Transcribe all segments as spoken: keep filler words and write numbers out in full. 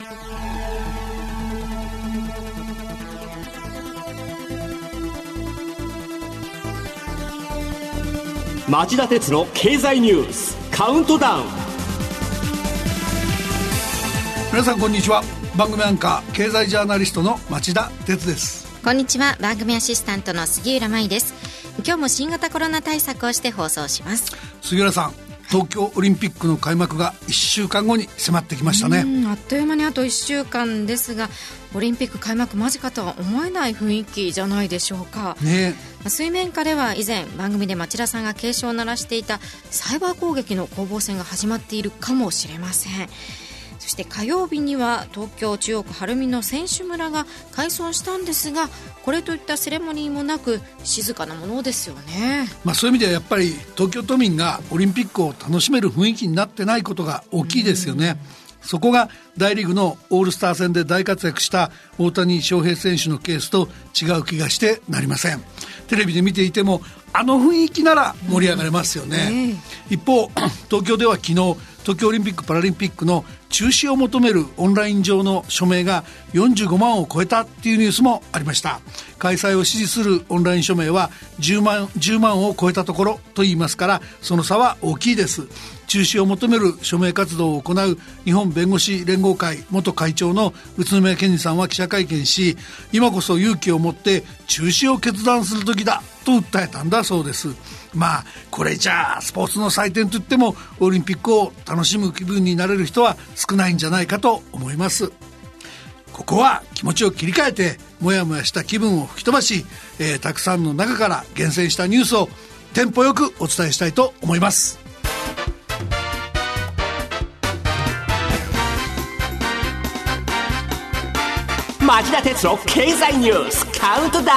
町田鉄の経済ニュースカウントダウン。 皆さんこんにちは。番組アンカー経済ジャーナリストの町田鉄です。 こんにちは。番組アシスタントの杉浦舞です。今日も新型コロナ対策をして放送します。 杉浦さん、東京オリンピックの開幕がいっしゅうかんごに迫ってきましたね。 うん、あっという間にあといっしゅうかんですが、オリンピック開幕間近とは思えない雰囲気じゃないでしょうか、ね。水面下では以前番組で町田さんが警鐘を鳴らしていたサイバー攻撃の攻防戦が始まっているかもしれません。そして火曜日には東京中央区晴海の選手村が開村したんですが、これといったセレモニーもなく静かなものですよね。 まあ、そういう意味ではやっぱり東京都民がオリンピックを楽しめる雰囲気になってないことが大きいですよね。そこが大リーグのオールスター戦で大活躍した大谷翔平選手のケースと違う気がしてなりません。テレビで見ていてもあの雰囲気なら盛り上がれますよね。一方、東京では昨日東京オリンピック・パラリンピックの中止を求めるオンライン上の署名がよんじゅうごまんを超えたっていうニュースもありました。開催を支持するオンライン署名はじゅうまん、じゅうまんを超えたところといいますから、その差は大きいです。中止を求める署名活動を行う日本弁護士連合会元会長の宇都宮健二さんは記者会見し、今こそ勇気を持って中止を決断する時だと訴えたんだそうです。まあこれじゃあスポーツの祭典といってもオリンピックを楽しむ気分になれる人は少ないんじゃないかと思います。ここは気持ちを切り替えてもやもやした気分を吹き飛ばし、えー、たくさんの中から厳選したニュースをテンポよくお伝えしたいと思います。 町田鉄の経済ニュースカウントダウン。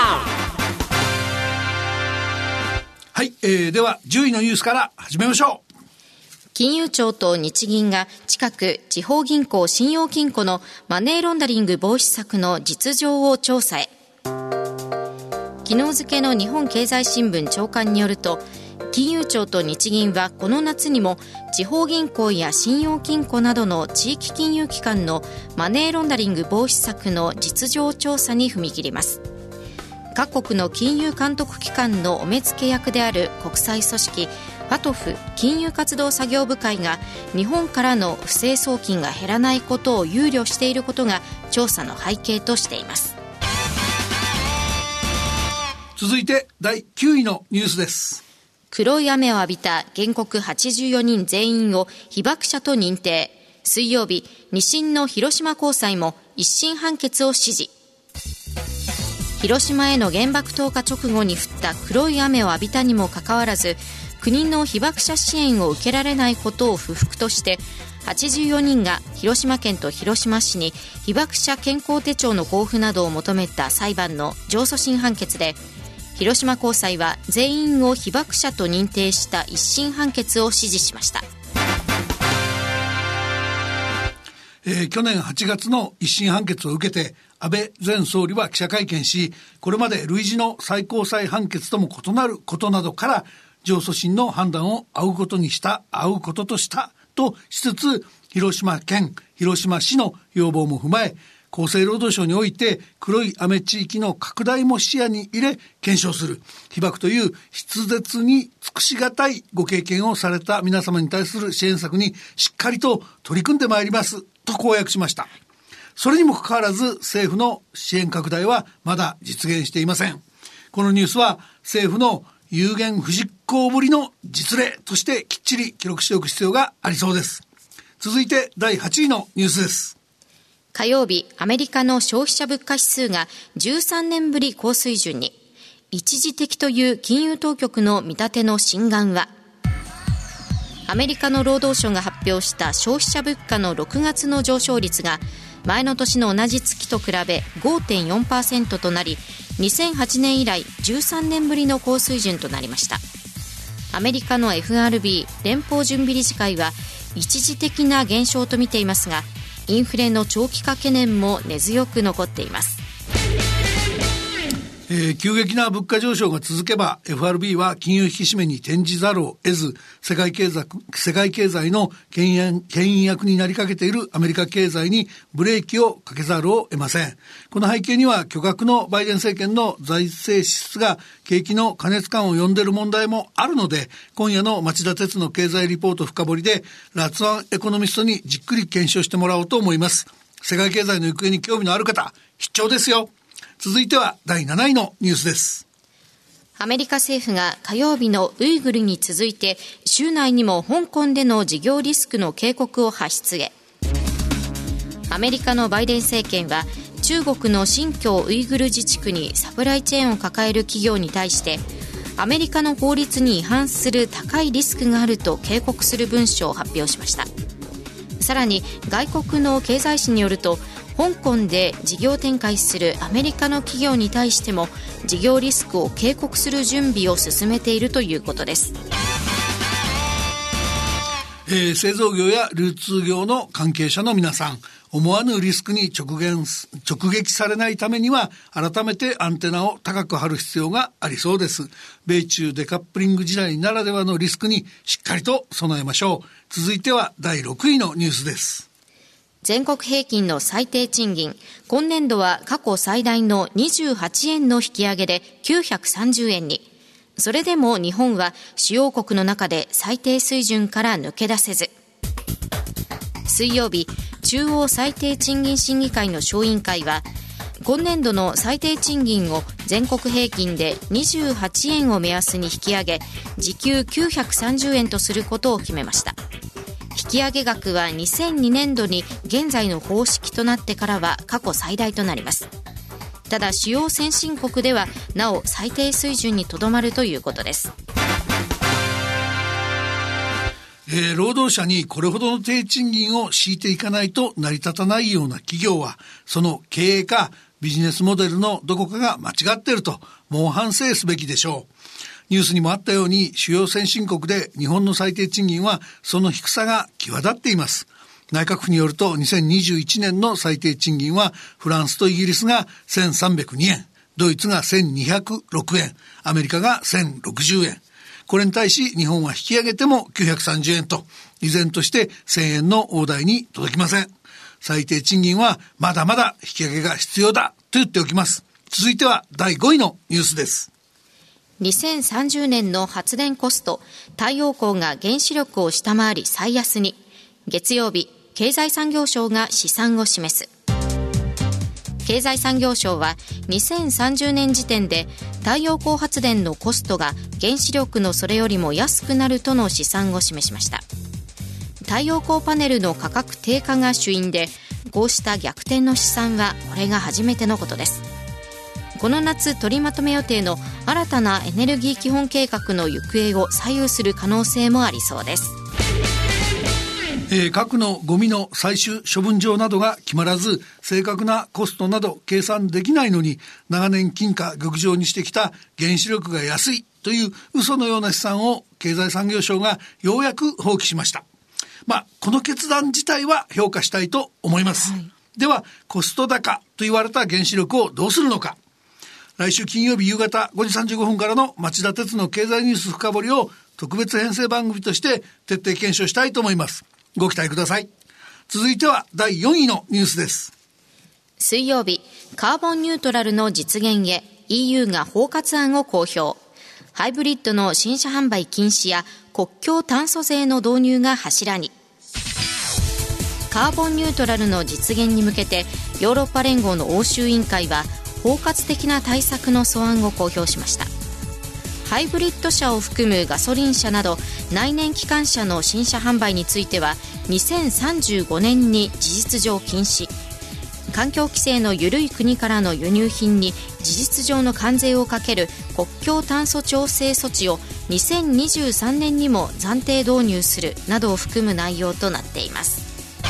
はい、えー、ではじゅういのニュースから始めましょう。 金融庁と日銀が近く地方銀行信用金庫のマネーロンダリング防止策の実情を調査へ。昨日付の日本経済新聞長官によると、金融庁と日銀はこの夏にも地方銀行や信用金庫などの地域金融機関のマネーロンダリング防止策の実情調査に踏み切ります。各国の金融監督機関のお目付け役である国際組織ファトフ金融活動作業部会が日本からの不正送金が減らないことを憂慮していることが調査の背景としています。 続いてだいきゅういのニュースです。 黒い雨を浴びた原告はちじゅうよにん全員を被爆者と認定。水曜日、二審の広島高裁も一審判決を支持。広島への原爆投下直後に降った黒い雨を浴びたにもかかわらず、国の被爆者支援を受けられないことを不服として、はちじゅうよにんが広島県と広島市に被爆者健康手帳の交付などを求めた裁判の上訴審判決で、広島高裁は全員を被爆者と認定した一審判決を支持しました。 えー、去年はちがつの一審判決を受けて安倍前総理は記者会見し、これまで類似の最高裁判決とも異なることなどから上訴審の判断を仰ぐことにした仰ぐこととしたとしつつ、広島県広島市の要望も踏まえ、厚生労働省において黒い雨地域の拡大も視野に入れ検証する。被爆という筆舌に尽くしがたいご経験をされた皆様に対する支援策にしっかりと取り組んでまいりますと公約しました。それにもかかわらず政府の支援拡大はまだ実現していません。このニュースは政府の有言不実行ぶりの実例としてきっちり記録しておく必要がありそうです。続いてだいはちいのニュースです。 火曜日、アメリカの消費者物価指数がじゅうさんねんぶり高水準に。一時的という金融当局の見立ての真贋は。アメリカの労働省が発表した消費者物価のろくがつの上昇率が前の年の同じ月と比べ ごてんよんパーセント となり、にせんはちねん以来じゅうさんねんぶりの高水準となりました。アメリカの エフアールビー 連邦準備理事会は一時的な減少と見ていますが、インフレの長期化懸念も根強く残っています。 えー、急激な物価上昇が続けば エフアールビー は金融引き締めに転じざるを得ず、世界経済、世界経済の牽引、牽引役になりかけているアメリカ経済にブレーキをかけざるを得ません。この背景には巨額のバイデン政権の財政支出が景気の過熱感を呼んでいる問題もあるので、今夜の町田鉄の経済リポート深掘りでラツワンエコノミストにじっくり検証してもらおうと思います。世界経済の行方に興味のある方必聴ですよ。続いてはだいなないのニュースです。 アメリカ政府が火曜日のウイグルに続いて州内にも香港での事業リスクの警告を発出へ。アメリカのバイデン政権は中国の新疆ウイグル自治区にサプライチェーンを抱える企業に対してアメリカの法律に違反する高いリスクがあると警告する文書を発表しました。さらに外国の経済誌によると、香港で事業展開するアメリカの企業に対しても事業リスクを警告する準備を進めているということです。 えー、製造業や流通業の関係者の皆さん、思わぬリスクに直撃、直撃されないためには改めてアンテナを高く張る必要がありそうです。米中デカップリング時代ならではのリスクにしっかりと備えましょう。続いてはだいろくいのニュースです。 全国平均の最低賃金、今年度は過去最大のにじゅうはちえんの引き上げできゅうひゃくさんじゅうえんに。それでも日本は主要国の中で最低水準から抜け出せず。水曜日、中央最低賃金審議会の小委員会は、今年度の最低賃金を全国平均でにじゅうはちえんを目安に引き上げ、時給きゅうひゃくさんじゅうえんとすることを決めました。引き上げ額はにせんにねんどに現在の方式となってからは過去最大となります。ただ主要先進国ではなお最低水準にとどまるということです。 えー、労働者にこれほどの低賃金を強いていかないと成り立たないような企業は、その経営かビジネスモデルのどこかが間違っていると猛反省すべきでしょう。ニュースにもあったように、主要先進国で日本の最低賃金はその低さが際立っています。内閣府によるとにせんにじゅういちねんの最低賃金はフランスとイギリスがせんさんびゃくにえん、ドイツがせんにひゃくろくえん、アメリカがせんろくじゅうえん。これに対し日本は引き上げてもきゅうひゃくさんじゅうえんと、依然としてせんえんの大台に届きません。最低賃金はまだまだ引き上げが必要だと言っておきます。続いてはだいごいのニュースです。 にせんさんじゅうねんの発電コスト、太陽光が原子力を下回り最安に。月曜日、経済産業省が試算を示す。経済産業省はにせんさんじゅうねん時点で太陽光発電のコストが原子力のそれよりも安くなるとの試算を示しました。太陽光パネルの価格低下が主因で、こうした逆転の試算はこれが初めてのことです。この夏取りまとめ予定の新たなエネルギー基本計画の行方を左右する可能性もありそうです。 えー、核のゴミの最終処分場などが決まらず、正確なコストなど計算できないのに、長年金貨玉状にしてきた原子力が安いという嘘のような試算を経済産業省がようやく放棄しました。まあ、この決断自体は評価したいと思います、はい、ではコスト高と言われた原子力をどうするのか。来週金曜日夕方ごじさんじゅうごふんからの町田鉄の経済ニュース深掘りを特別編成番組として徹底検証したいと思います。ご期待ください。続いてはだいよんいのニュースです。 水曜日、カーボンニュートラルの実現へ イーユー が包括案を公表。ハイブリッドの新車販売禁止や国境炭素税の導入が柱に。カーボンニュートラルの実現に向けてヨーロッパ連合の欧州委員会は包括的な対策の素案を公表しました。ハイブリッド車を含むガソリン車など内燃機関車の新車販売についてはにせんさんじゅうごねんに事実上禁止。環境規制の緩い国からの輸入品に事実上の関税をかける国境炭素調整措置をにせんにじゅうさんねんにも暫定導入するなどを含む内容となっています。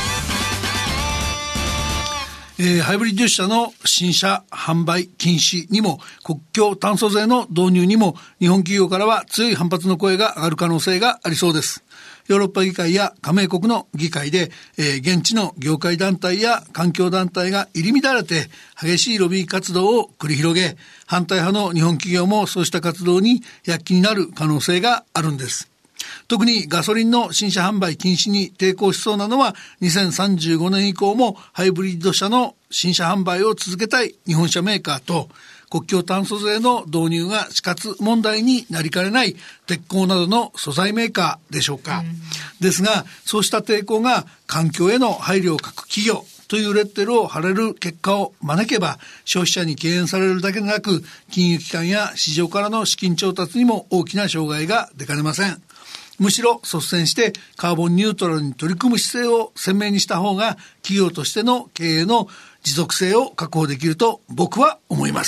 えー、ハイブリッド車の新車販売禁止にも国境炭素税の導入にも日本企業からは強い反発の声が上がる可能性がありそうです。 ヨーロッパ議会や加盟国の議会で、えー、現地の業界団体や環境団体が入り乱れて激しいロビー活動を繰り広げ、反対派の日本企業もそうした活動に躍起になる可能性があるんです。特にガソリンの新車販売禁止に抵抗しそうなのは、にせんさんじゅうごねん以降もハイブリッド車の新車販売を続けたい日本車メーカーと、国境炭素税の導入が死活問題になりかねない鉄鋼などの素材メーカーでしょうか。ですが、そうした抵抗が環境への配慮を欠く企業というレッテルを貼れる結果を招けば、消費者に敬遠されるだけでなく、金融機関や市場からの資金調達にも大きな障害が出かねません。むしろ率先してカーボンニュートラルに取り組む姿勢を鮮明にした方が、企業としての経営の持続性を確保できると僕は思います。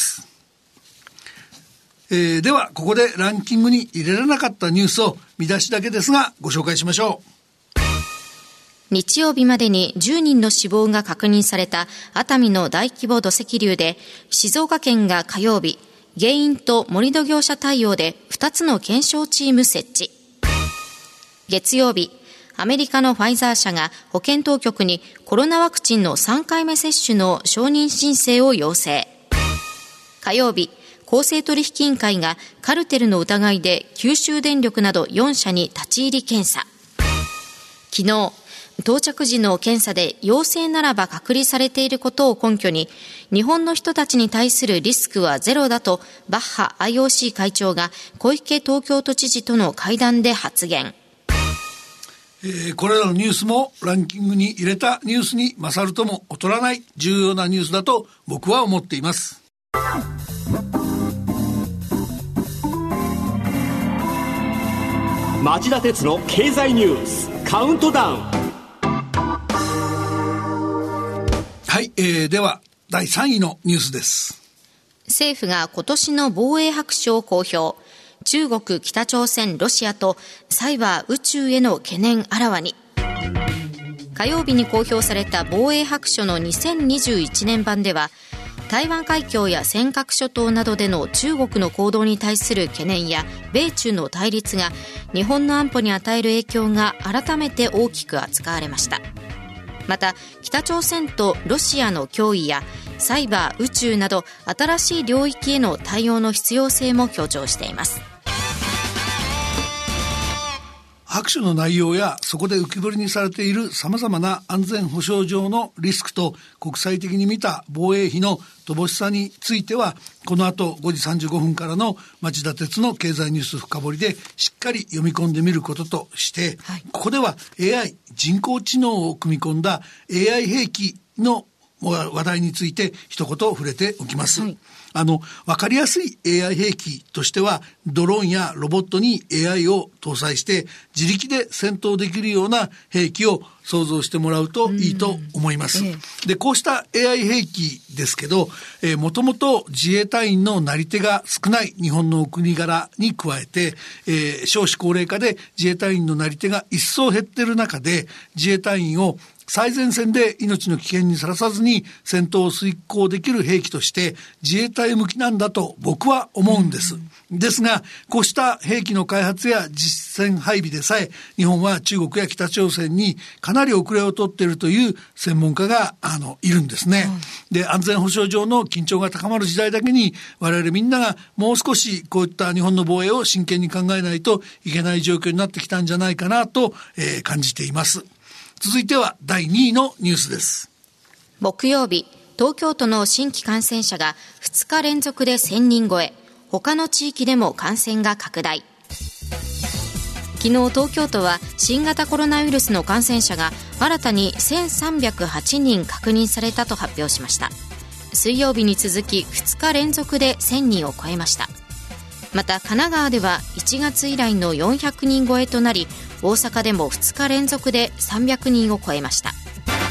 えー、ではここでランキングに入れられなかったニュースを見出しだけですがご紹介しましょう。 日曜日までにじゅうにんの死亡が確認された熱海の大規模土石流で、静岡県が火曜日、原因と盛り土業者対応でふたつの検証チーム設置。月曜日、アメリカのファイザー社が保健当局にコロナワクチンのさんかいめ接種の承認申請を要請。火曜日、公正取引委員会がカルテルの疑いで九州電力などよんしゃに立ち入り検査。昨日、到着時の検査で陽性ならば隔離されていることを根拠に、日本の人たちに対するリスクはゼロだとバッハ アイオーシー 会長が小池東京都知事との会談で発言。 えー、これらのニュースもランキングに入れたニュースに勝るとも劣らない重要なニュースだと僕は思っています。 町田鉄の経済ニュースカウントダウン。 はい、えー、ではだいさんいのニュースです。 政府が今年の防衛白書を公表。中国、北朝鮮、ロシアとサイバー宇宙への懸念あらわに。火曜日に公表された防衛白書のにせんにじゅういちねん版では、台湾海峡や尖閣諸島などでの中国の行動に対する懸念や米中の対立が日本の安保に与える影響が改めて大きく扱われました。また北朝鮮とロシアの脅威やサイバー宇宙など新しい領域への対応の必要性も強調しています。 白書の内容やそこで浮き彫りにされている様々な安全保障上のリスクと国際的に見た防衛費の乏しさについては、この後ごじさんじゅうごふんからの町田鉄の経済ニュース深掘りでしっかり読み込んでみることとして、はい、ここでは エーアイ 人工知能を組み込んだ エーアイ 兵器の話題について一言触れておきます。はい、あの分かりやすい エーアイ 兵器としては、ドローンやロボットに エーアイ を搭載して自力で戦闘できるような兵器を想像してもらうといいと思います。で、こうした エーアイ 兵器ですけど、えー、もともと自衛隊員のなり手が少ない日本のお国柄に加えて、えー、少子高齢化で自衛隊員のなり手が一層減っている中で、自衛隊員を最前線で命の危険にさらさずに戦闘を遂行できる兵器として自衛隊向きなんだと僕は思うんです。ですが、こうした兵器の開発や実戦配備でさえ日本は中国や北朝鮮にかなり遅れを取っているという専門家があのいるんですね。で、安全保障上の緊張が高まる時代だけに我々みんながもう少しこういった日本の防衛を真剣に考えないといけない状況になってきたんじゃないかなと、えー、感じています。続いてはだいにいのニュースです。 木曜日、東京都の新規感染者がふつか連続でせんにん超え、他の地域でも感染が拡大。昨日東京都は新型コロナウイルスの感染者が新たにせんさんびゃくはちにん確認されたと発表しました。水曜日に続きふつか連続でせんにんを超えました。また神奈川ではいちがつ以来のよんひゃくにん超えとなり、大阪でもふつか連続でさんびゃくにんを超えました。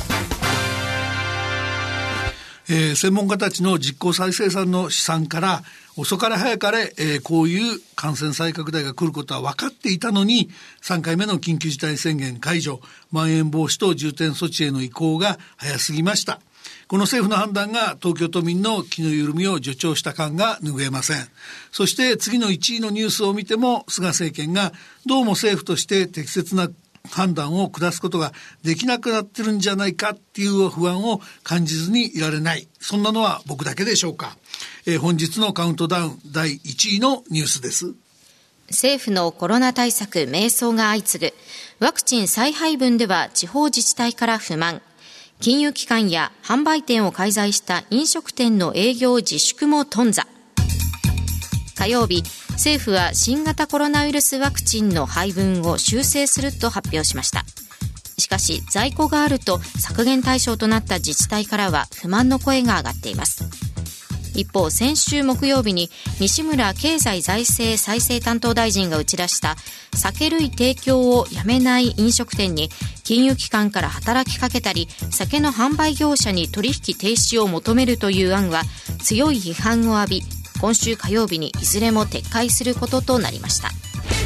えー、専門家たちの実効再生産の試算から遅かれ早かれ、えー、こういう感染再拡大が来ることは分かっていたのに、さんかいめの緊急事態宣言解除、まん延防止等重点措置への移行が早すぎました。この政府の判断が東京都民の気の緩みを助長した感が拭えません。そして次のいちいのニュースを見ても、菅政権がどうも政府として適切な判断を下すことができなくなってるんじゃないかっていう不安を感じずにいられない。そんなのは僕だけでしょうか。えー、本日のカウントダウンだいいちいのニュースです。 政府のコロナ対策迷走が相次ぐ。ワクチン再配分では地方自治体から不満。金融機関や販売店を介在した飲食店の営業自粛も頓挫。火曜日、政府は新型コロナウイルスワクチンの配分を修正すると発表しました。しかし在庫があると削減対象となった自治体からは不満の声が上がっています。一方、先週木曜日に西村経済財政再生担当大臣が打ち出した酒類提供をやめない飲食店に金融機関から働きかけたり酒の販売業者に取引停止を求めるという案は強い批判を浴び、今週火曜日にいずれも撤回することとなりました。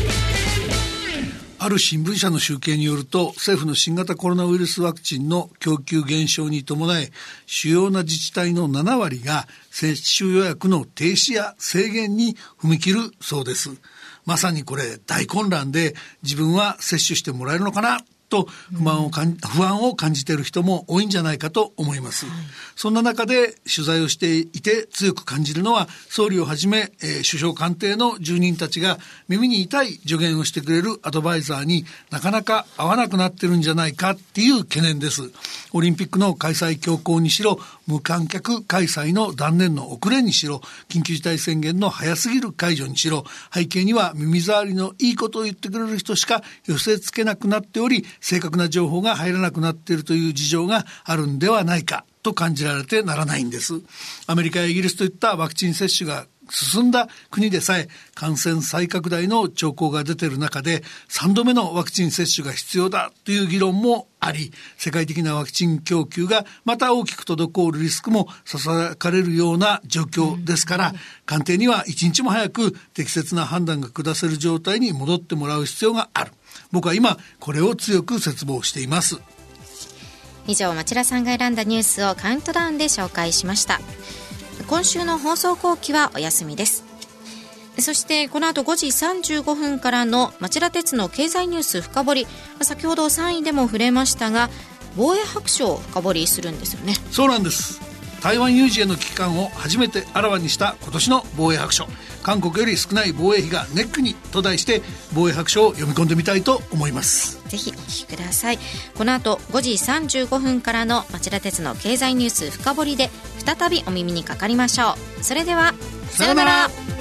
ある新聞社の集計によると、政府の新型コロナウイルスワクチンの供給減少に伴い、主要な自治体のななわりが接種予約の停止や制限に踏み切るそうです。まさにこれ大混乱で、自分は接種してもらえるのかなと不満をかん不安を感じている人も多いんじゃないかと思います、はい、そんな中で取材をしていて強く感じるのは、総理をはじめ、えー、首相官邸の住人たちが耳に痛い助言をしてくれるアドバイザーになかなか合わなくなってるんじゃないかっていう懸念です。オリンピックの開催強行にしろ、無観客開催の断念の遅れにしろ、緊急事態宣言の早すぎる解除にしろ、背景には耳障りのいいことを言ってくれる人しか寄せつけなくなっており、正確な情報が入らなくなっているという事情があるんではないかと感じられてならないんです。アメリカやイギリスといったワクチン接種が進んだ国でさえ感染再拡大の兆候が出ている中で、さんどめのワクチン接種が必要だという議論もあり、世界的なワクチン供給がまた大きく滞るリスクもささやかれるような状況ですから、官邸には一日も早く適切な判断が下せる状態に戻ってもらう必要がある。僕は今これを強く切望しています。 以上、町田さんが選んだニュースをカウントダウンで紹介しました。今週の放送後期はお休みです。そしてこの後ごじさんじゅうごふんからの町田鉄の経済ニュース深掘り、先ほどさんいでも触れましたが、防衛白書を深掘りするんですよね。 そうなんです。台湾有事への危機感を初めてあらわにした今年の防衛白書、韓国より少ない防衛費がネックにと題して防衛白書を読み込んでみたいと思います。 ぜひお聞きください。この後ごじさんじゅうごふんからの町田鉄の経済ニュース深掘りで再びお耳にかかりましょう。それではさようなら。